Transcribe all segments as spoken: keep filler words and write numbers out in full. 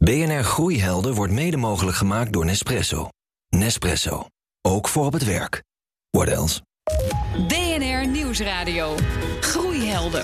B N R Groeihelden wordt mede mogelijk gemaakt door Nespresso. Nespresso. Ook voor op het werk. What else? B N R Nieuwsradio. Groeihelden.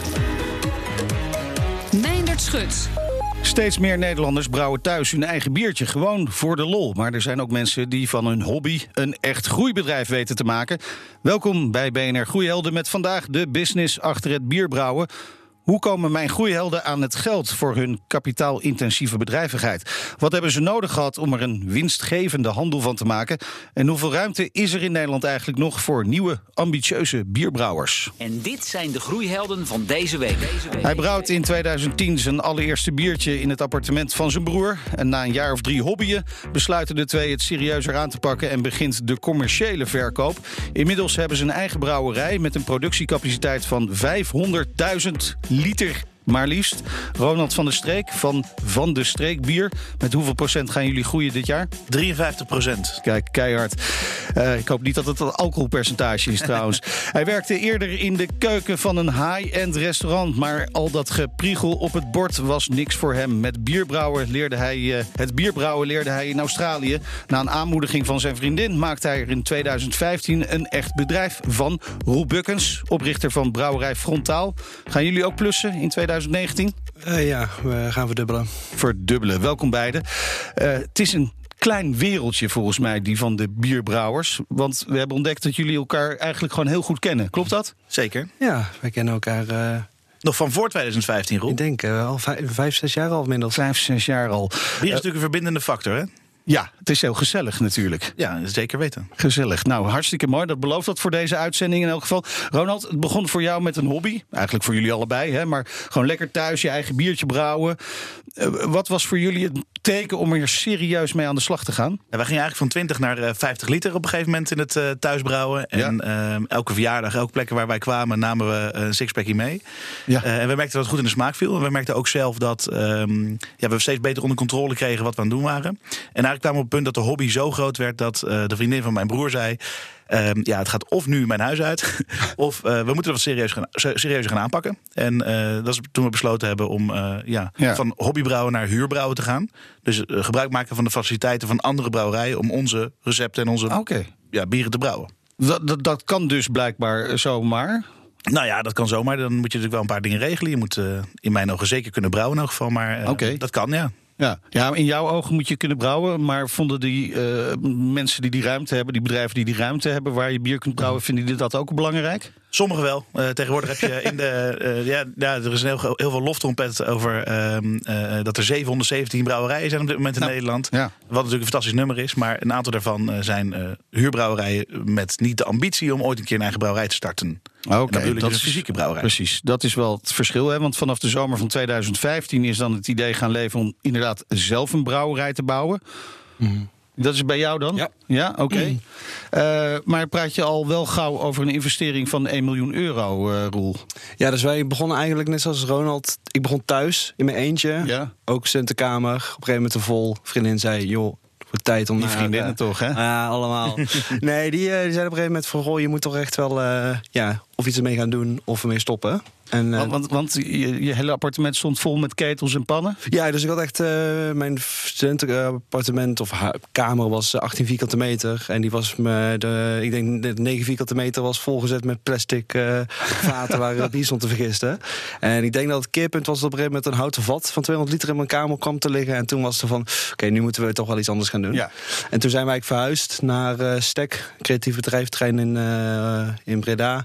Meindert Schut. Steeds meer Nederlanders brouwen thuis hun eigen biertje, gewoon voor de lol. Maar er zijn ook mensen die van hun hobby een echt groeibedrijf weten te maken. Welkom bij B N R Groeihelden met vandaag de business achter het bierbrouwen. Hoe komen mijn groeihelden aan het geld voor hun kapitaalintensieve bedrijvigheid? Wat hebben ze nodig gehad om er een winstgevende handel van te maken? En hoeveel ruimte is er in Nederland eigenlijk nog voor nieuwe, ambitieuze bierbrouwers? En dit zijn de groeihelden van deze week. Deze week. Hij brouwt in tweeduizend tien zijn allereerste biertje in het appartement van zijn broer. En na een jaar of drie hobbyen besluiten de twee het serieuzer aan te pakken en begint de commerciële verkoop. Inmiddels hebben ze een eigen brouwerij met een productiecapaciteit van vijfhonderdduizend liter. Maar liefst. Ronald van der Streek van Van de Streek Bier. Met hoeveel procent gaan jullie groeien dit jaar? drieënvijftig procent. Kijk, keihard. Uh, ik hoop niet dat het een alcoholpercentage is trouwens. Hij werkte eerder in de keuken van een high-end restaurant. Maar al dat gepriegel op het bord was niks voor hem. Met bierbrouwen leerde hij, uh, het bierbrouwen leerde hij in Australië. Na een aanmoediging van zijn vriendin maakte hij er in tweeduizend vijftien een echt bedrijf van. Roel Bukkens, oprichter van brouwerij Frontaal. Gaan jullie ook plussen in tweeduizend negentien? Uh, ja, we gaan verdubbelen. Verdubbelen, welkom beiden. Uh, het is een klein wereldje volgens mij, die van de bierbrouwers. Want we hebben ontdekt dat jullie elkaar eigenlijk gewoon heel goed kennen. Klopt dat? Zeker. Ja, wij kennen elkaar... Uh... Nog van voor tweeduizend vijftien, Roel? Ik denk uh, al vijf, vijf, zes jaar al inmiddels. Vijf, zes jaar al. Bier is uh, natuurlijk een verbindende factor, hè? Ja, het is heel gezellig natuurlijk. Ja, zeker weten. Gezellig. Nou, hartstikke mooi. Dat belooft dat voor deze uitzending in elk geval. Ronald, het begon voor jou met een hobby. Eigenlijk voor jullie allebei, hè? Maar gewoon lekker thuis je eigen biertje brouwen. Uh, wat was voor jullie het teken om er serieus mee aan de slag te gaan? Ja, wij gingen eigenlijk van twintig naar uh, vijftig liter op een gegeven moment in het uh, thuisbrouwen. En ja. uh, elke verjaardag, elke plek waar wij kwamen, namen we een sixpackje mee. Ja. Uh, en we merkten dat het goed in de smaak viel. En we merkten ook zelf dat um, ja, we steeds beter onder controle kregen wat we aan het doen waren. En eigenlijk kwamen we op het punt dat de hobby zo groot werd dat uh, de vriendin van mijn broer zei... Um, ja, het gaat of nu mijn huis uit, of uh, we moeten het wat serieus gaan, serieus gaan aanpakken. En uh, dat is toen we besloten hebben om uh, ja, ja. van hobbybrouwen naar huurbrouwen te gaan. Dus uh, gebruik maken van de faciliteiten van andere brouwerijen om onze recepten en onze okay. ja, bieren te brouwen. Dat, dat, dat kan dus blijkbaar zomaar. Nou ja, dat kan zomaar. Dan moet je natuurlijk wel een paar dingen regelen. Je moet uh, in mijn ogen zeker kunnen brouwen in elk geval, maar uh, okay. dat kan, ja. Ja. ja, in jouw ogen moet je kunnen brouwen. Maar vonden die uh, mensen die die ruimte hebben, die bedrijven die die ruimte hebben waar je bier kunt brouwen, vinden die dat ook belangrijk? Sommigen wel. Uh, tegenwoordig heb je in de. Uh, ja, ja, er is een heel, heel veel loftrompet over uh, uh, dat er zevenhonderdzeventien brouwerijen zijn op dit moment in nou, Nederland. Ja. Wat natuurlijk een fantastisch nummer is. Maar een aantal daarvan uh, zijn uh, huurbrouwerijen met niet de ambitie om ooit een keer een eigen brouwerij te starten. Oké, okay, dat is een fysieke brouwerij. Precies, dat is wel het verschil. Hè? Want vanaf de zomer van tweeduizend vijftien is dan het idee gaan leven om inderdaad zelf een brouwerij te bouwen. Mm. Dat is bij jou dan? Ja. Ja, oké. Okay. Mm. Uh, maar praat je al wel gauw over een investering van één miljoen euro, uh, Roel? Ja, dus wij begonnen eigenlijk net zoals Ronald. Ik begon thuis, in mijn eentje. Ja. Ook studentenkamer. Op een gegeven moment te vol. Vriendin zei, joh, voor tijd om die vriendinnen uh, toch, hè? Ja, uh, allemaal. nee, die, uh, die zeiden op een gegeven moment van, goh, je moet toch echt wel uh, ja, of iets ermee gaan doen of ermee stoppen. En, uh, want want, want je, je hele appartement stond vol met ketels en pannen? Ja, dus ik had echt... Uh, mijn studentenappartement of ha- kamer was achttien vierkante meter. En die was me, de, ik denk de negen vierkante meter was volgezet met plastic uh, vaten waar bier stond te vergisten. En ik denk dat het keerpunt was dat op een gegeven moment een houten vat van tweehonderd liter in mijn kamer kwam te liggen. En toen was het van, oké, okay, nu moeten we toch wel iets anders gaan doen. Ja. En toen zijn wij verhuisd naar uh, Stek, creatief bedrijventerrein in, uh, in Breda.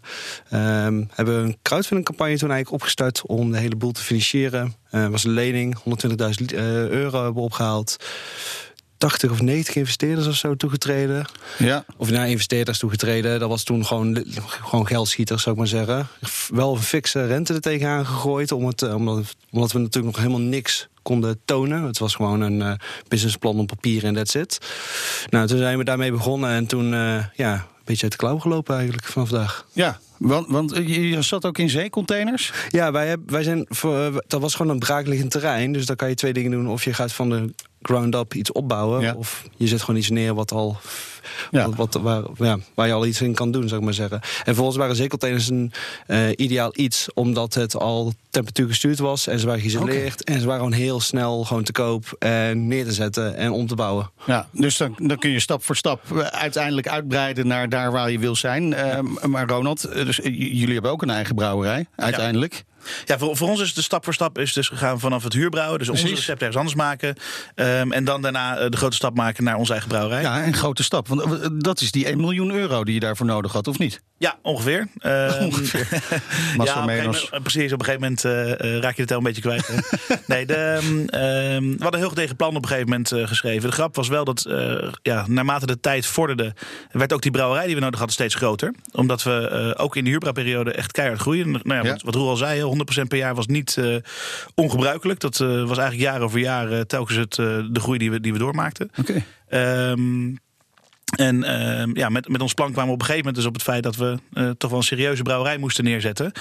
Um, hebben we een crowdfundingcampagne toen eigenlijk opgestart om de hele boel te financieren. Uh, was een lening, honderdtwintigduizend euro hebben we opgehaald. tachtig of negentig investeerders of zo toegetreden. Ja. Of naar nou, investeerders toegetreden. Dat was toen gewoon, gewoon geldschieters, zou ik maar zeggen. Wel een fikse rente er tegenaan gegooid. Om het, omdat, omdat we natuurlijk nog helemaal niks konden tonen. Het was gewoon een uh, businessplan op papier en that's it. Nou, toen zijn we daarmee begonnen. En toen, uh, ja, een beetje uit de klauw gelopen eigenlijk vanaf vandaag. Ja. Want, want je zat ook in zeecontainers? Ja, wij, hebben, wij zijn, dat was gewoon een braakliggend terrein. Dus dan kan je twee dingen doen. Of je gaat van de ground up iets opbouwen. Ja. Of je zet gewoon iets neer wat al... Ja. Wat, wat, waar, ja, waar je al iets in kan doen, zou ik maar zeggen. En voor ons waren zeecontainers een uh, ideaal iets, omdat het al temperatuurgestuurd was en ze waren geïsoleerd. Okay. En ze waren gewoon heel snel gewoon te koop en neer te zetten en om te bouwen. Ja, dus dan, dan kun je stap voor stap uiteindelijk uitbreiden naar daar waar je wil zijn. Ja. Uh, maar Ronald, dus, jullie hebben ook een eigen brouwerij, uiteindelijk. Ja. Ja, voor, voor ons is de stap voor stap is dus gegaan vanaf het huurbrouwen. Dus Precies. onze recept ergens anders maken. Um, en dan daarna uh, de grote stap maken naar onze eigen brouwerij. Ja, een grote stap. Want uh, dat is die één miljoen euro die je daarvoor nodig had, of niet? Ja, ongeveer. Um, ongeveer. ja, op moment, precies. Op een gegeven moment uh, raak je de tel een beetje kwijt. nee, de, um, we hadden een heel gedegen plan op een gegeven moment uh, geschreven. De grap was wel dat uh, ja, naarmate de tijd vorderde, werd ook die brouwerij die we nodig hadden steeds groter. Omdat we uh, ook in de huurbrouwperiode echt keihard groeien. Nou ja, ja. Wat, wat Roel al zei, honderd procent per jaar was niet uh, ongebruikelijk. Dat uh, was eigenlijk jaar over jaar uh, telkens het, uh, de groei die we, die we doormaakten. Okay. Um, En uh, ja, met, met ons plan kwamen we op een gegeven moment dus op het feit dat we uh, toch wel een serieuze brouwerij moesten neerzetten.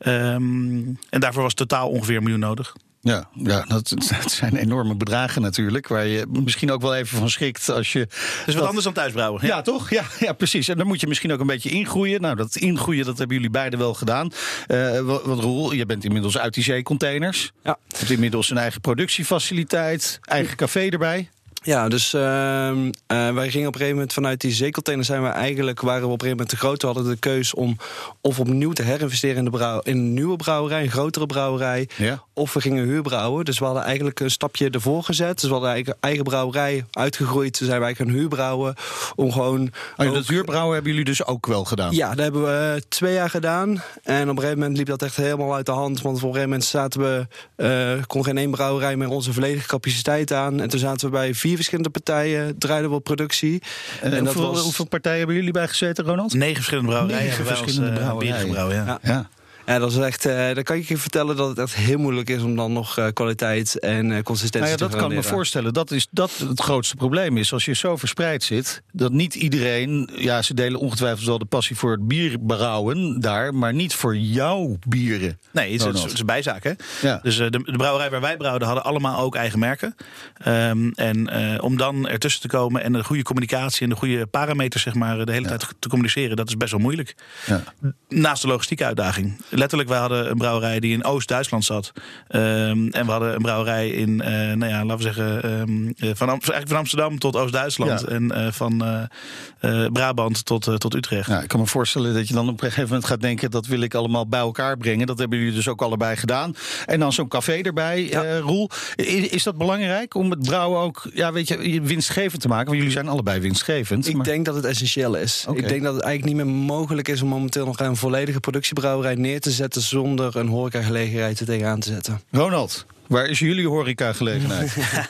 Um, en daarvoor was totaal ongeveer een miljoen nodig. Ja, ja dat, dat zijn enorme bedragen natuurlijk, waar je misschien ook wel even van schrikt als je... Dus wat dat... anders dan thuisbrouwen. Ja, ja toch? Ja, ja, precies. En dan moet je misschien ook een beetje ingroeien. Nou, dat ingroeien, dat hebben jullie beiden wel gedaan. Uh, wat, wat Roel, je bent inmiddels uit die zeecontainers. Ja. Je hebt inmiddels een eigen productiefaciliteit, eigen café erbij. Ja, dus uh, uh, wij gingen op een gegeven moment vanuit die zeecontainers zijn we eigenlijk, waren we op een gegeven moment te groot. We hadden de keus om of opnieuw te herinvesteren in, de brouw, in een nieuwe brouwerij, een grotere brouwerij. Ja. Of we gingen huurbrouwen. Dus we hadden eigenlijk een stapje ervoor gezet. Dus we hadden eigen, eigen brouwerij uitgegroeid. Toen zijn wij gaan huurbrouwen. Om gewoon. Oh, dat huurbrouwen hebben jullie dus ook wel gedaan? Ja, dat hebben we twee jaar gedaan. En op een gegeven moment liep dat echt helemaal uit de hand. Want op een gegeven moment zaten we, uh, kon geen één brouwerij meer onze volledige capaciteit aan. En toen zaten we bij vier verschillende partijen, draaiden we op productie. En, en hoeveel, dat was... hoeveel partijen hebben jullie bij gezeten, Ronald? Negen verschillende brouwerijen. Negen verschillende uh, brouwerijen. Gebrouwen, ja. Ja. ja. Ja, dat is echt. Uh, dan kan ik je vertellen dat het echt heel moeilijk is om dan nog uh, kwaliteit en uh, consistentie nou ja, te dat kan ik me voorstellen. Dat is dat het grootste probleem is. Als je zo verspreid zit, dat niet iedereen, ja, ze delen ongetwijfeld wel de passie voor het bierbrouwen daar, maar niet voor jouw bieren. Nee, het is, het is, het is een bijzaak, hè? Ja. Dus uh, de, de brouwerij waar wij brouwden hadden allemaal ook eigen merken. Um, en uh, om dan ertussen te komen en de goede communicatie en de goede parameters, zeg maar, de hele ja. tijd te communiceren, dat is best wel moeilijk. Ja. Naast de logistieke uitdaging. Letterlijk, wij hadden een brouwerij die in Oost-Duitsland zat. Um, en we hadden een brouwerij in, uh, nou ja, laten we zeggen, um, van, eigenlijk van Amsterdam tot Oost-Duitsland. Ja. En uh, van uh, uh, Brabant tot, uh, tot Utrecht. Ja, ik kan me voorstellen dat je dan op een gegeven moment gaat denken, dat wil ik allemaal bij elkaar brengen. Dat hebben jullie dus ook allebei gedaan. En dan zo'n café erbij, ja. uh, Roel. Is, is dat belangrijk om het brouwen ook, ja, weet je, winstgevend te maken? Want jullie zijn allebei winstgevend. Ik maar... denk dat het essentieel is. Okay. Ik denk dat het eigenlijk niet meer mogelijk is om momenteel nog een volledige productiebrouwerij neer te zetten zonder een horecagelegenheid er tegenaan te zetten. Ronald, waar is jullie horecagelegenheid?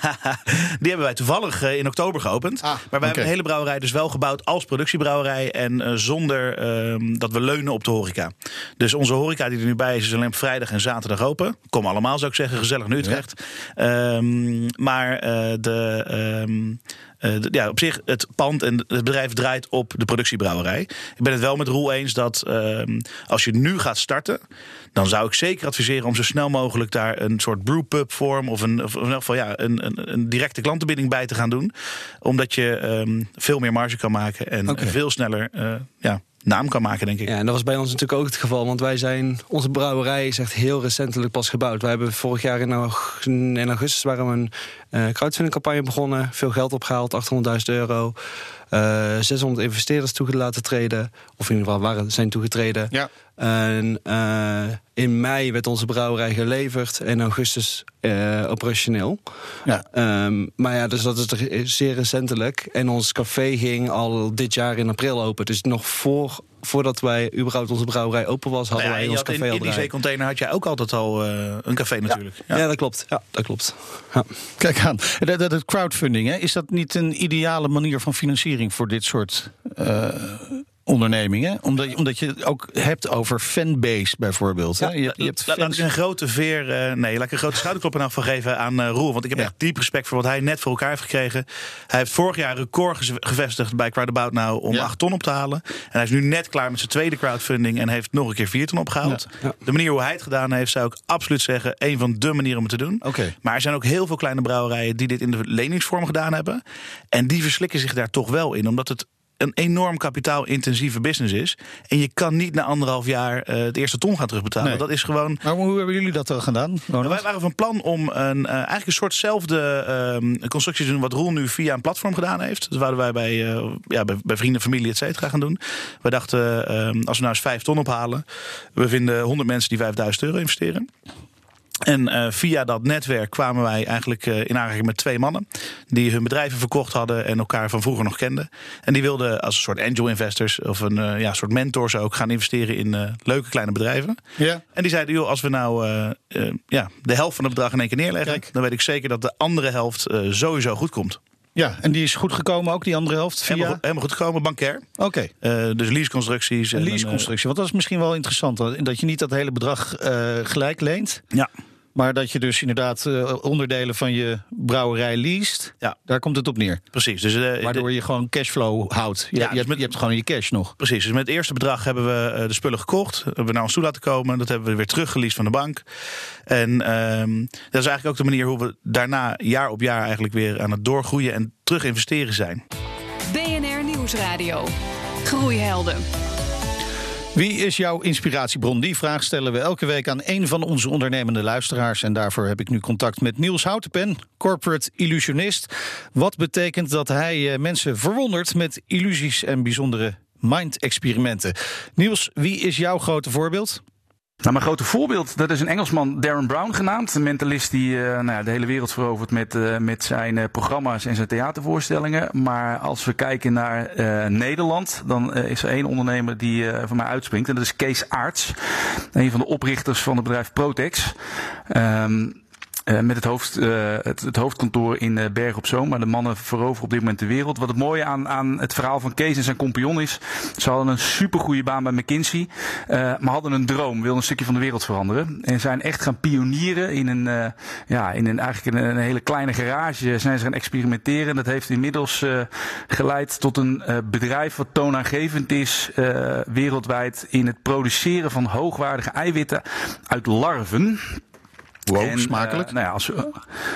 Die hebben wij toevallig uh, in oktober geopend. Ah, maar wij okay. hebben de hele brouwerij dus wel gebouwd als productiebrouwerij en uh, zonder uh, dat we leunen op de horeca. Dus onze horeca die er nu bij is, is alleen op vrijdag en zaterdag open. Kom allemaal, zou ik zeggen, gezellig in Utrecht. Ja. Um, maar uh, de... Um, Uh, de, ja, op zich, het pand en het bedrijf draait op de productiebrouwerij. Ik ben het wel met Roel eens dat uh, als je nu gaat starten, dan zou ik zeker adviseren om zo snel mogelijk daar een soort brewpub vorm of, een, of in elk geval ja, een, een, een directe klantenbinding bij te gaan doen. Omdat je um, veel meer marge kan maken en okay. veel sneller uh, ja, naam kan maken, denk ik. Ja, en dat was bij ons natuurlijk ook het geval. Want wij zijn, onze brouwerij is echt heel recentelijk pas gebouwd. Wij hebben vorig jaar in, augustus, in augustus waren we een uh, crowdfundingcampagne begonnen. Veel geld opgehaald, achthonderdduizend euro. Uh, zeshonderd investeerders toe laten treden. Of in ieder geval waren, zijn toegetreden. Ja. En uh, in mei werd onze brouwerij geleverd. En in augustus uh, operationeel. Ja. Um, maar ja, dus dat is zeer recentelijk. En ons café ging al dit jaar in april open. Dus nog voor... Voordat wij überhaupt onze brouwerij open was, hadden nou ja, wij ons café in, al in die zeecontainer had jij ook altijd al uh, een café natuurlijk. Ja, ja. ja dat klopt. Ja, dat klopt. Ja. Kijk aan. Dat, dat, dat crowdfunding, hè, is dat niet een ideale manier van financiering voor dit soort uh, ondernemingen. Omdat je, omdat je het ook hebt over fanbase bijvoorbeeld. Ja, hè? Je, je hebt laat, laat ik een grote veer... Uh, nee, laat ik een grote schouderklop in afval geven aan uh, Roel. Want ik heb ja. echt diep respect voor wat hij net voor elkaar heeft gekregen. Hij heeft vorig jaar een record gevestigd bij Crowdabout Now om ja. acht ton op te halen. En hij is nu net klaar met zijn tweede crowdfunding en heeft nog een keer vier ton opgehaald. Ja. Ja. De manier hoe hij het gedaan heeft, zou ik absoluut zeggen, een van de manieren om het te doen. Okay. Maar er zijn ook heel veel kleine brouwerijen die dit in de leningsvorm gedaan hebben. En die verslikken zich daar toch wel in, omdat het een enorm kapitaalintensieve business is. En je kan niet na anderhalf jaar uh, het eerste ton gaan terugbetalen. Nee. Dat is gewoon... Maar hoe hebben jullie dat dan gedaan? Nou, wij waren van plan om een, uh, eigenlijk een soortzelfde uh, constructie te doen wat Roel nu via een platform gedaan heeft. Dat wouden wij bij, uh, ja, bij, bij vrienden, familie, et cetera gaan doen. We dachten, uh, als we nou eens vijf ton ophalen, we vinden honderd mensen die vijfduizend euro investeren. En uh, via dat netwerk kwamen wij eigenlijk uh, in aanraking met twee mannen die hun bedrijven verkocht hadden en elkaar van vroeger nog kenden. En die wilden als een soort angel investors of een uh, ja, soort mentors ook gaan investeren in uh, leuke kleine bedrijven. Ja. En die zeiden, joh, als we nou uh, uh, ja, de helft van het bedrag in één keer neerleggen, Kijk. dan weet ik zeker dat de andere helft uh, sowieso goed komt. Ja, en die is goed gekomen ook, die andere helft? Via... Helemaal, goed, helemaal goed gekomen, bankair. Oké. Okay. Uh, dus leaseconstructies. Een leaseconstructie, want dat is misschien wel interessant. Dat je niet dat hele bedrag uh, gelijk leent. Ja. Maar dat je dus inderdaad uh, onderdelen van je brouwerij leest. Ja. Daar komt het op neer. Precies. Dus, uh, Waardoor je gewoon cashflow houdt. Je, ja, je, dus hebt, met, je hebt gewoon je cash nog. Precies. Dus met het eerste bedrag hebben we uh, de spullen gekocht. Hebben we naar ons toe laten komen. Dat hebben we weer teruggeleased van de bank. En um, dat is eigenlijk ook de manier hoe we daarna jaar op jaar eigenlijk weer aan het doorgroeien en terug investeren zijn. B N R Nieuwsradio. Groeihelden. Wie is jouw inspiratiebron? Die vraag stellen we elke week aan een van onze ondernemende luisteraars. En daarvoor heb ik nu contact met Niels Houtenpen, corporate illusionist. Wat betekent dat hij mensen verwondert met illusies en bijzondere mind-experimenten. Niels, wie is jouw grote voorbeeld? Nou, mijn grote voorbeeld, dat is een Engelsman, Darren Brown genaamd. Een mentalist die uh, nou ja, de hele wereld verovert met, uh, met zijn uh, programma's en zijn theatervoorstellingen. Maar als we kijken naar uh, Nederland, dan uh, is er één ondernemer die uh, voor mij uitspringt. En dat is Kees Aarts, een van de oprichters van het bedrijf Protex. Um, Uh, met het, hoofd, uh, het, het hoofdkantoor in uh, Bergen op Zoom. Maar de mannen veroveren op dit moment de wereld. Wat het mooie aan, aan het verhaal van Kees en zijn compagnon is, ze hadden een supergoeie baan bij McKinsey. Uh, maar hadden een droom, wilden een stukje van de wereld veranderen. En zijn echt gaan pionieren in een, uh, ja, in een, eigenlijk een, een hele kleine garage. Zijn ze gaan experimenteren. Dat heeft inmiddels uh, geleid tot een uh, bedrijf wat toonaangevend is uh, wereldwijd in het produceren van hoogwaardige eiwitten uit larven. Wow, en, smakelijk. Uh, nou ja, als, uh,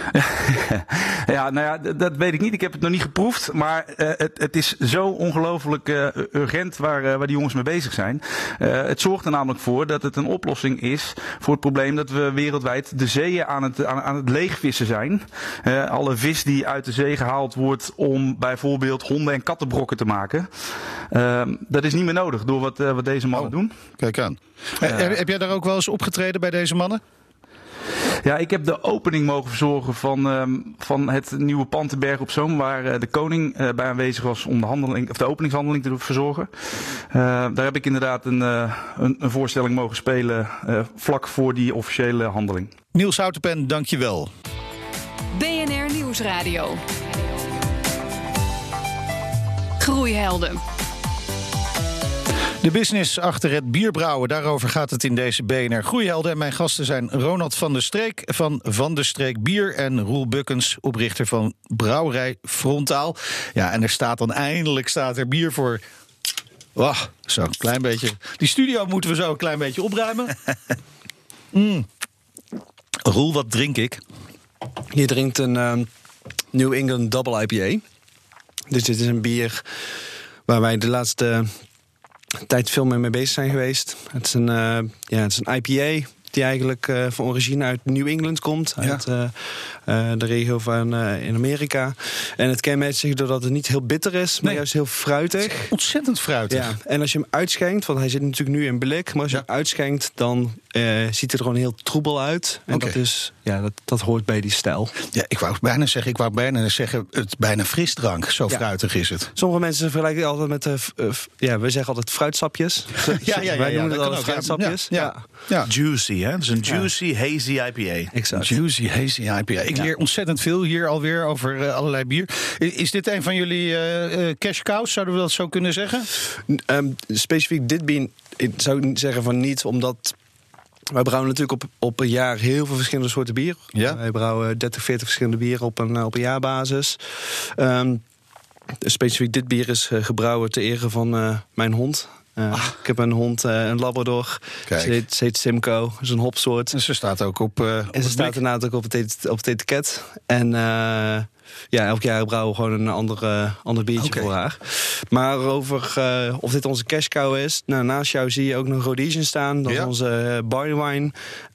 ja, nou ja, d- dat weet ik niet. Ik heb het nog niet geproefd. Maar uh, het, het is zo ongelooflijk uh, urgent waar, uh, waar die jongens mee bezig zijn. Uh, het zorgt er namelijk voor dat het een oplossing is voor het probleem dat we wereldwijd de zeeën aan het, aan, aan het leegvissen zijn. Uh, alle vis die uit de zee gehaald wordt om bijvoorbeeld honden- en kattenbrokken te maken. Uh, dat is niet meer nodig door wat, uh, wat deze mannen oh, doen. Kijk aan. Uh, heb, heb jij daar ook wel eens opgetreden bij deze mannen? Ja, ik heb de opening mogen verzorgen van, um, van het nieuwe pand in Bergen op Zoom, waar uh, de koning uh, bij aanwezig was om de, handeling, of de openingshandeling te verzorgen. Uh, daar heb ik inderdaad een, uh, een, een voorstelling mogen spelen uh, vlak voor die officiële handeling. Niels Houtenpen, dank je wel. B N R Nieuwsradio. Groeihelden. De business achter het bierbrouwen, daarover gaat het in deze B N R Groeihelden. En mijn gasten zijn Ronald van der Streek van Van der Streek Bier en Roel Bukkens, oprichter van Brouwerij Frontaal. Ja, en er staat dan eindelijk staat er bier voor. Oh, zo, een klein beetje. Die studio moeten we zo een klein beetje opruimen. mm. Roel, wat drink ik? Je drinkt een um, New England Double I P A. Dus dit is een bier waar wij de laatste tijd veel meer mee bezig zijn geweest. Het is een, uh, ja, het is een I P A die eigenlijk uh, van origine uit New England komt. Ja. Uit uh, uh, de regio van uh, in Amerika. En het kenmerkt zich doordat het niet heel bitter is, maar nee. juist heel fruitig. Ontzettend fruitig. Ja. En als je hem uitschenkt, want hij zit natuurlijk nu in blik, maar als je ja. hem uitschenkt, dan uh, ziet er gewoon heel troebel uit. En Okay. dat, is, ja, dat, dat hoort bij die stijl. Ja, ik wou bijna zeggen, ik wou bijna zeggen het bijna frisdrank. Zo Ja. fruitig is het. Sommige mensen vergelijken het altijd met, uh, f- uh, f- ja, we zeggen altijd fruitsapjes. Ja, ja, ja, Wij ja, noemen dat het kan altijd ook, ja. fruitsapjes. Ja, Ja, ja. Juicy, hè? Het is een juicy, hazy I P A. exact. Juicy Hazy I P A. Ik Ja. leer ontzettend veel hier alweer over uh, allerlei bier. I- Is dit een van jullie uh, uh, cash cows? Zouden we dat zo kunnen zeggen? Um, specifiek dit bier, ik zou niet zeggen van niet, omdat wij brouwen natuurlijk op, op een jaar heel veel verschillende soorten bier. Ja. Wij brouwen dertig, veertig verschillende bieren op een, op een jaarbasis. Um, specifiek dit bier is uh, gebrouwen ter ere van uh, mijn hond. Uh, Ah. Ik heb een hond, uh, een Labrador. Kijk. Ze heet, ze heet Simcoe, dat is een hopsoort. En ze staat ook op, uh, op En het ze staat blik. inderdaad ook op het, et- op het etiket. En uh, ja, elk jaar brouwen we gewoon een ander, uh, ander biertje Oké. voor haar. Maar over uh, of dit onze cash cow is. Nou, naast jou zie je ook nog Rhodesian staan. Dat Ja. is onze uh, barley wine.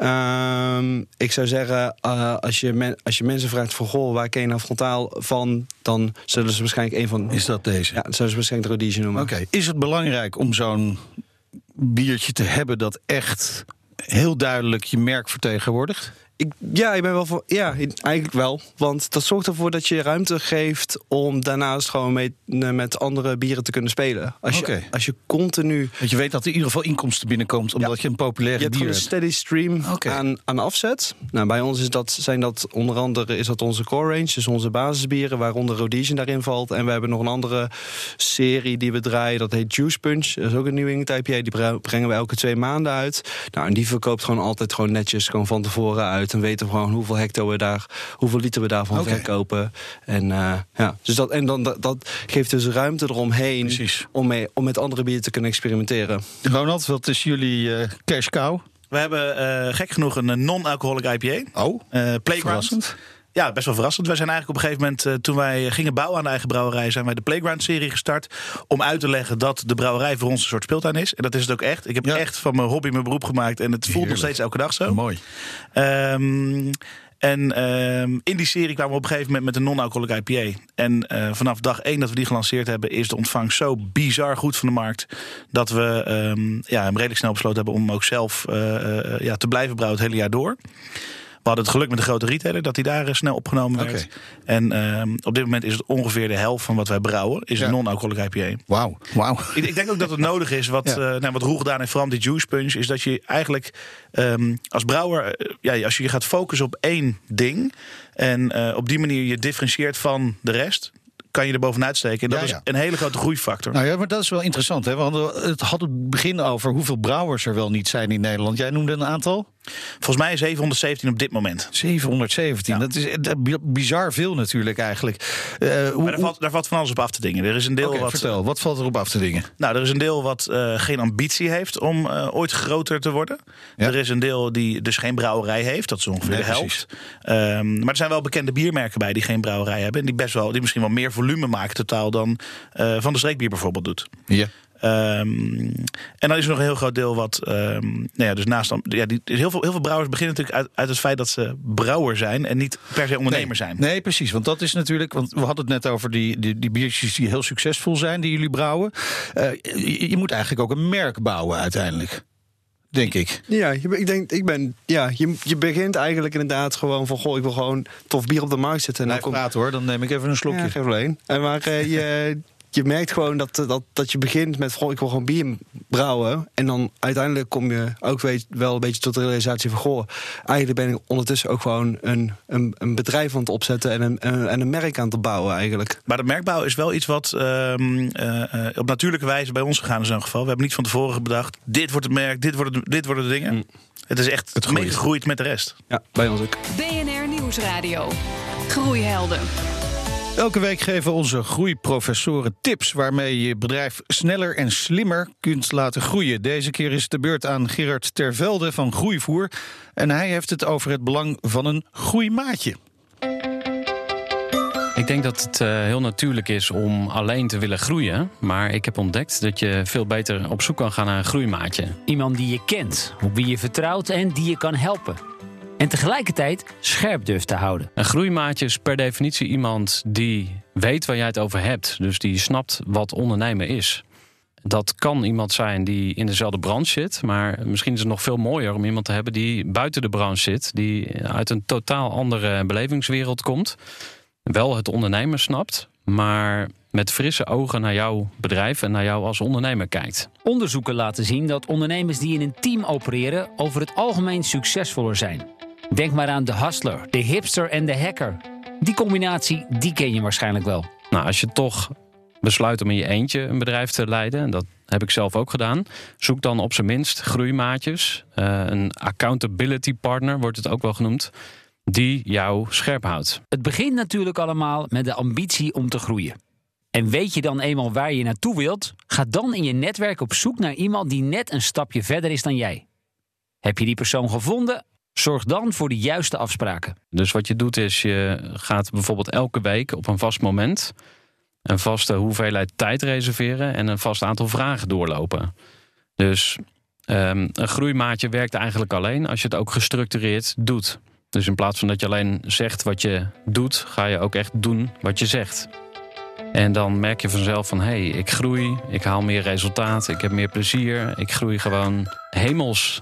Um, ik zou zeggen, uh, als, je men, als je mensen vraagt van goh, waar ken je nou frontaal van? Dan zullen ze waarschijnlijk een van... Is dat deze? Ja, dan zullen ze waarschijnlijk de Rhodesian noemen. Oké. Is het belangrijk om zo'n biertje te hebben dat echt heel duidelijk je merk vertegenwoordigt? Ik, ja, ik ben wel voor. Ja, eigenlijk wel. Want dat zorgt ervoor dat je ruimte geeft om daarnaast gewoon mee, met andere bieren te kunnen spelen. Als je, Oké. als je continu. Want je weet dat er in ieder geval inkomsten binnenkomt, omdat Ja. je een populaire Je hebt bier gewoon een hebt. steady stream Oké. aan, aan afzet. Nou, bij ons is dat, zijn dat onder andere is dat onze core range, dus onze basisbieren, waaronder Rhodesian daarin valt. En we hebben nog een andere serie die we draaien, dat heet Juice Punch. Dat is ook een New England I P A, die bre- brengen we elke twee maanden uit. Nou, en die verkoopt gewoon altijd gewoon netjes gewoon van tevoren uit. En weten we gewoon hoeveel hecto we daar, hoeveel liter we daarvan Oké. verkopen. En uh, ja, dus dat, en dan, dat, dat geeft dus ruimte eromheen Precies. om, mee, om met andere bieren te kunnen experimenteren. Ronald, wat is jullie uh, cash cow? We hebben uh, gek genoeg een uh, non-alcoholic I P A. Oh, Uh, Playground. verrassend. Ja, best wel verrassend. Wij zijn eigenlijk op een gegeven moment, uh, toen wij gingen bouwen aan de eigen brouwerij, zijn wij de Playground-serie gestart. Om uit te leggen dat de brouwerij voor ons een soort speeltuin is. En dat is het ook echt. Ik heb Ja. echt van mijn hobby mijn beroep gemaakt. En het voelt Heerlijk. nog steeds elke dag zo. Mooi. Um, en um, in die serie kwamen we op een gegeven moment met een non-alcoholic I P A. En uh, vanaf dag één dat we die gelanceerd hebben, is de ontvangst zo bizar goed van de markt, dat we um, ja, hem redelijk snel besloten hebben om hem ook zelf uh, uh, ja, te blijven brouwen het hele jaar door. We hadden het geluk met de grote retailer dat hij daar uh, snel opgenomen werd. Oké. En um, op dit moment is het ongeveer de helft van wat wij brouwen, is Ja. een non-alcoholic I P A. Wauw, wauw. Ik, ik denk ook dat het nodig is, wat, Ja. ja. uh, nou, wat Roel gedaan heeft, vooral die juice punch, is dat je eigenlijk um, als brouwer, uh, ja, als je je gaat focussen op één ding en uh, op die manier je differentieert van de rest, kan je er bovenuit steken. En dat Ja, is ja. een hele grote groeifactor. Nou ja, maar dat is wel interessant. Hè? Want het had het begin over hoeveel brouwers er wel niet zijn in Nederland. Jij noemde een aantal? Volgens mij zevenhonderdzeventien op dit moment. zevenhonderdzeventien. Ja. Dat is eh, bizar veel natuurlijk eigenlijk. Uh, hoe, Maar daar valt, daar valt van alles op af te dingen. Er is een deel Oké, wat. vertel, wat valt erop af te dingen? Nou, er is een deel wat uh, geen ambitie heeft om uh, ooit groter te worden. Ja. Er is een deel die dus geen brouwerij heeft. Dat is ongeveer Nee, de helft. Um, maar er zijn wel bekende biermerken bij die geen brouwerij hebben. En die best wel, die misschien wel meer volume maken totaal dan uh, Van de Streekbier bijvoorbeeld doet. Ja. Um, en dan is er nog een heel groot deel wat, um, nou ja, dus naast, ja, die, heel veel, heel veel brouwers beginnen natuurlijk uit, uit het feit dat ze brouwer zijn en niet per se ondernemer nee, zijn. Nee, precies. Want dat is natuurlijk, want we hadden het net over die, die, die biertjes die heel succesvol zijn, die jullie brouwen. Uh, je, je moet eigenlijk ook een merk bouwen uiteindelijk. Denk ik. Ja, je- ik denk, ik ben, ja, je, je begint eigenlijk inderdaad gewoon van, goh, ik wil gewoon tof bier op de markt zetten. En Blijf dan komt, praten hoor, dan neem ik even een slokje. ja, geen probleem. En maar uh, je, je merkt gewoon dat, dat, dat je begint met, goh, ik wil gewoon bier brouwen. En dan uiteindelijk kom je ook weet, wel een beetje tot de realisatie van, goh, eigenlijk ben ik ondertussen ook gewoon een, een, een bedrijf aan het opzetten en een, een, en een merk aan het bouwen eigenlijk. Maar de merkbouw is wel iets wat um, uh, uh, op natuurlijke wijze bij ons gegaan is in zo'n geval. We hebben niet van tevoren bedacht, dit wordt het merk, dit worden de, dit worden de dingen. Mm. Het is echt Het groeit. meegegroeid met de rest. Ja, bij ons ook. B N R Nieuwsradio. Groeihelden. Elke week geven onze groeiprofessoren tips waarmee je je bedrijf sneller en slimmer kunt laten groeien. Deze keer is het de beurt aan Gerard Tervelde van Groeivoer. En hij heeft het over het belang van een groeimaatje. Ik denk dat het uh, heel natuurlijk is om alleen te willen groeien. Maar ik heb ontdekt dat je veel beter op zoek kan gaan naar een groeimaatje. Iemand die je kent, op wie je vertrouwt en die je kan helpen. En tegelijkertijd scherp durft te houden. Een groeimaatje is per definitie iemand die weet waar jij het over hebt. Dus die snapt wat ondernemen is. dat kan iemand zijn die in dezelfde branche zit. Maar misschien is het nog veel mooier om iemand te hebben die buiten de branche zit. Die uit een totaal andere belevingswereld komt. Wel het ondernemen snapt, maar met frisse ogen naar jouw bedrijf en naar jou als ondernemer kijkt. Onderzoeken laten zien dat ondernemers die in een team opereren over het algemeen succesvoller zijn. Denk maar aan de hustler, de hipster en de hacker. Die combinatie, die ken je waarschijnlijk wel. Nou, als je toch besluit om in je eentje een bedrijf te leiden, en dat heb ik zelf ook gedaan, zoek dan op zijn minst groeimaatjes. Uh, een accountability partner wordt het ook wel genoemd, die jou scherp houdt. Het begint natuurlijk allemaal met de ambitie om te groeien. En weet je dan eenmaal waar je naartoe wilt? Ga dan in je netwerk op zoek naar iemand die net een stapje verder is dan jij. Heb je die persoon gevonden? Zorg dan voor de juiste afspraken. Dus wat je doet is, je gaat bijvoorbeeld elke week op een vast moment een vaste hoeveelheid tijd reserveren en een vast aantal vragen doorlopen. Dus um, een groeimaatje werkt eigenlijk alleen als je het ook gestructureerd doet. Dus in plaats van dat je alleen zegt wat je doet, ga je ook echt doen wat je zegt. En dan merk je vanzelf van, hé, hey, ik groei, ik haal meer resultaat, ik heb meer plezier, ik groei gewoon hemels.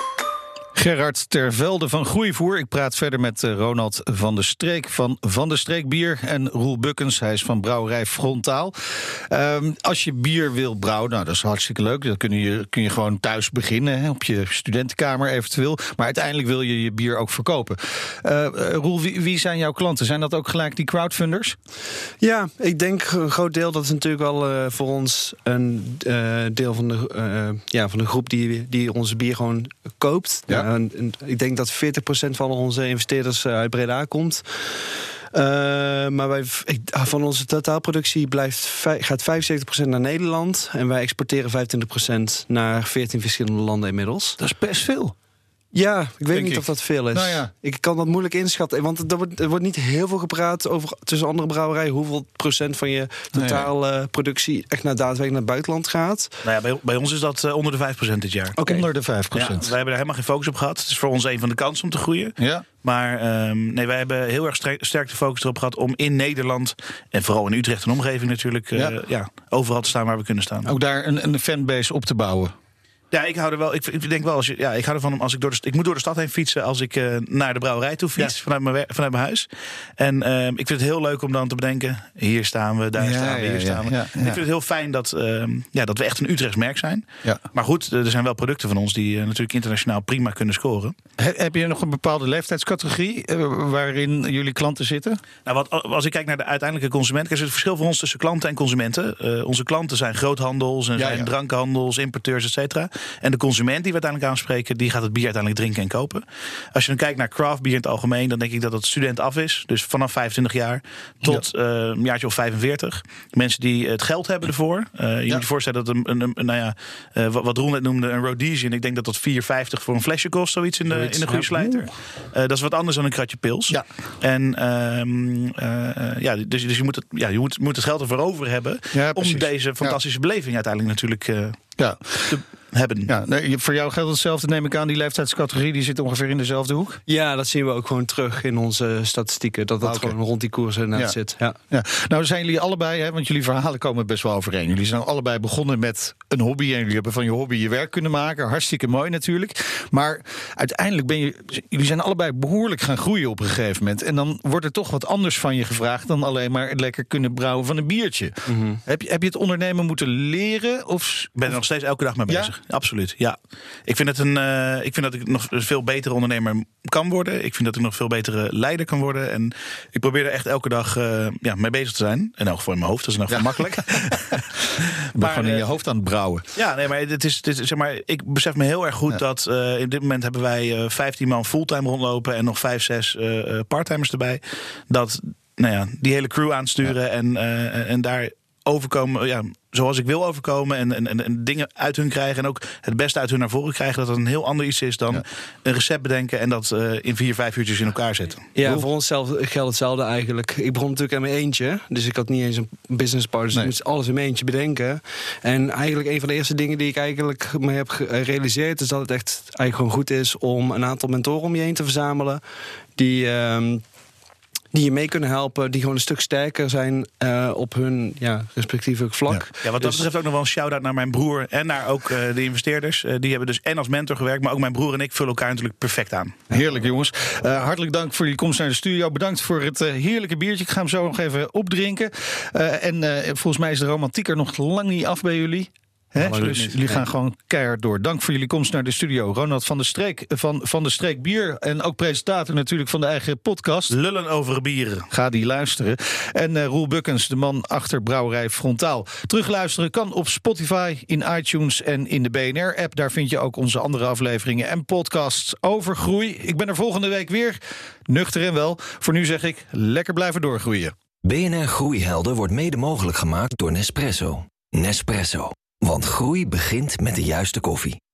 Gerard Tervelde van Groeivoer. Ik praat verder met Ronald van der Streek van Van der Streek Bier en Roel Bukkens. Hij is van brouwerij Frontaal. Um, als je bier wil brouwen, nou, dat is hartstikke leuk. Dan kun je, kun je gewoon thuis beginnen, hè, op je studentenkamer eventueel. Maar uiteindelijk wil je je bier ook verkopen. Uh, uh, Roel, wie, wie zijn jouw klanten? Zijn dat ook gelijk die crowdfunders? Ja, ik denk een groot deel. Dat is natuurlijk wel uh, voor ons een uh, deel van de, uh, ja, van de groep die, die ons bier gewoon koopt. Ja. Uh, en, en ik denk dat veertig procent van onze investeerders uh, uit Breda komt. Uh, maar wij, ik, van onze totaalproductie blijft, gaat vijfenzeventig procent naar Nederland. En wij exporteren vijfentwintig procent naar veertien verschillende landen inmiddels. Dat is best veel. Ja, ik weet Denk niet ik. of dat veel is. Nou ja. Ik kan dat moeilijk inschatten. Want er wordt, er wordt niet heel veel gepraat over tussen andere brouwerijen. Hoeveel procent van je totaalproductie nee, ja. echt naar daadwerkelijk naar het buitenland gaat. Nou ja, bij, bij ons is dat uh, onder de vijf procent dit jaar. Okay. Onder de vijf procent. Ja, wij hebben er helemaal geen focus op gehad. Het is voor ons een van de kansen om te groeien. Ja. Maar um, nee, wij hebben heel erg sterk, sterk de focus erop gehad om in Nederland, en vooral in Utrecht en omgeving natuurlijk, uh, ja. Ja, overal te staan waar we kunnen staan. Ook daar een, een fanbase op te bouwen. Ja, ik hou er wel. Ik, ik denk wel als je. Ja, ik hou ervan als ik door de. Ik moet door de stad heen fietsen als ik uh, naar de brouwerij toe fiets, ja. vanuit mijn vanuit mijn huis. En uh, ik vind het heel leuk om dan te bedenken. Hier staan we, daar ja, staan we, hier ja, staan we. Ja, ja. Ik vind het heel fijn dat, uh, ja, dat we echt een Utrechts merk zijn. Ja. Maar goed, er zijn wel producten van ons die uh, natuurlijk internationaal prima kunnen scoren. He, heb je nog een bepaalde leeftijdscategorie uh, waarin jullie klanten zitten? Nou, wat, als ik kijk naar de uiteindelijke consument, er is het verschil voor ons tussen klanten en consumenten. Uh, onze klanten zijn groothandels en ja, zijn ja. drankhandels, importeurs, et cetera. En de consument die we uiteindelijk aanspreken, die gaat het bier uiteindelijk drinken en kopen. Als je dan kijkt naar craft bier in het algemeen, dan denk ik dat het student af is. Dus vanaf vijfentwintig jaar tot ja. uh, een jaartje of vijfenveertig. Mensen die het geld hebben ervoor. Uh, je ja. moet je voorstellen dat een, een, een nou ja, uh, wat Roel net noemde, een Rhodesian. Ik denk dat dat vier vijftig voor een flesje kost, zoiets in de, in de goede slijter. Uh, dat is wat anders dan een kratje pils. Ja. En uh, uh, ja, dus, dus je, moet het, ja, je moet, moet het geld ervoor over hebben ja, om deze fantastische ja. beleving uiteindelijk natuurlijk uh, ja. te hebben. Ja, nee, voor jou geldt hetzelfde, neem ik aan. Die leeftijdscategorie die zit ongeveer in dezelfde hoek? Ja, dat zien we ook gewoon terug in onze statistieken. Dat dat ah, okay. gewoon rond die koers net ja. zit. Ja. Ja. Nou zijn jullie allebei, hè, want jullie verhalen komen best wel overeen. Jullie zijn allebei begonnen met een hobby. En jullie hebben van je hobby je werk kunnen maken. Hartstikke mooi natuurlijk. Maar uiteindelijk ben je, jullie zijn allebei behoorlijk gaan groeien op een gegeven moment. En dan wordt er toch wat anders van je gevraagd dan alleen maar lekker kunnen brouwen van een biertje. Mm-hmm. Heb je, heb je het ondernemen moeten leren? Of, ik ben er nog steeds elke dag mee bezig. Ja? Absoluut, ja. Ik vind, het een, uh, ik vind dat ik nog een veel betere ondernemer kan worden. Ik vind dat ik nog veel betere leider kan worden. En ik probeer er echt elke dag uh, ja, mee bezig te zijn. In elk geval in mijn hoofd, dat is nog ja. makkelijk. maar gewoon in je hoofd aan het brouwen. Ja, nee, maar, het is, het is, zeg maar ik besef me heel erg goed ja. dat uh, in dit moment hebben wij uh, vijftien man fulltime rondlopen en nog vijf, zes uh, parttimers erbij. Dat, nou ja, die hele crew aansturen ja. en, uh, en daar overkomen, ja, zoals ik wil overkomen en, en, en dingen uit hun krijgen en ook het beste uit hun naar voren krijgen, dat het een heel ander iets is dan ja. een recept bedenken en dat uh, in vier, vijf uurtjes in elkaar zetten. Ja, Hoe? voor ons zelf geldt hetzelfde eigenlijk. Ik begon natuurlijk aan mijn eentje, dus ik had niet eens een business partner, dus nee. ik moest alles in mijn eentje bedenken. En eigenlijk een van de eerste dingen die ik eigenlijk me heb gerealiseerd is dat het echt eigenlijk gewoon goed is om een aantal mentoren om je heen te verzamelen die... Um, die je mee kunnen helpen, die gewoon een stuk sterker zijn uh, op hun ja, respectieve vlak. Ja, ja wat dat dus betreft ook nog wel een shout-out naar mijn broer en naar ook uh, de investeerders. Uh, die hebben dus en als mentor gewerkt, maar ook mijn broer en ik vullen elkaar natuurlijk perfect aan. Heerlijk, jongens. Uh, hartelijk dank voor jullie komst naar de studio. Bedankt voor het uh, heerlijke biertje. Ik ga hem zo nog even opdrinken. Uh, en uh, volgens mij is de romantiek er nog lang niet af bij jullie. He? Dus jullie gaan gewoon keihard door. Dank voor jullie komst naar de studio. Ronald van der Streek van Van der Streek Bier. En ook presentator natuurlijk van de eigen podcast. Lullen over bieren. Ga die luisteren. En uh, Roel Bukkens, de man achter Brouwerij Frontaal. Terugluisteren kan op Spotify, in iTunes en in de B N R-app. Daar vind je ook onze andere afleveringen en podcasts over groei. Ik ben er volgende week weer. Nuchter en wel. Voor nu zeg ik, lekker blijven doorgroeien. B N R Groeihelden wordt mede mogelijk gemaakt door Nespresso. Nespresso. Want groei begint met de juiste koffie.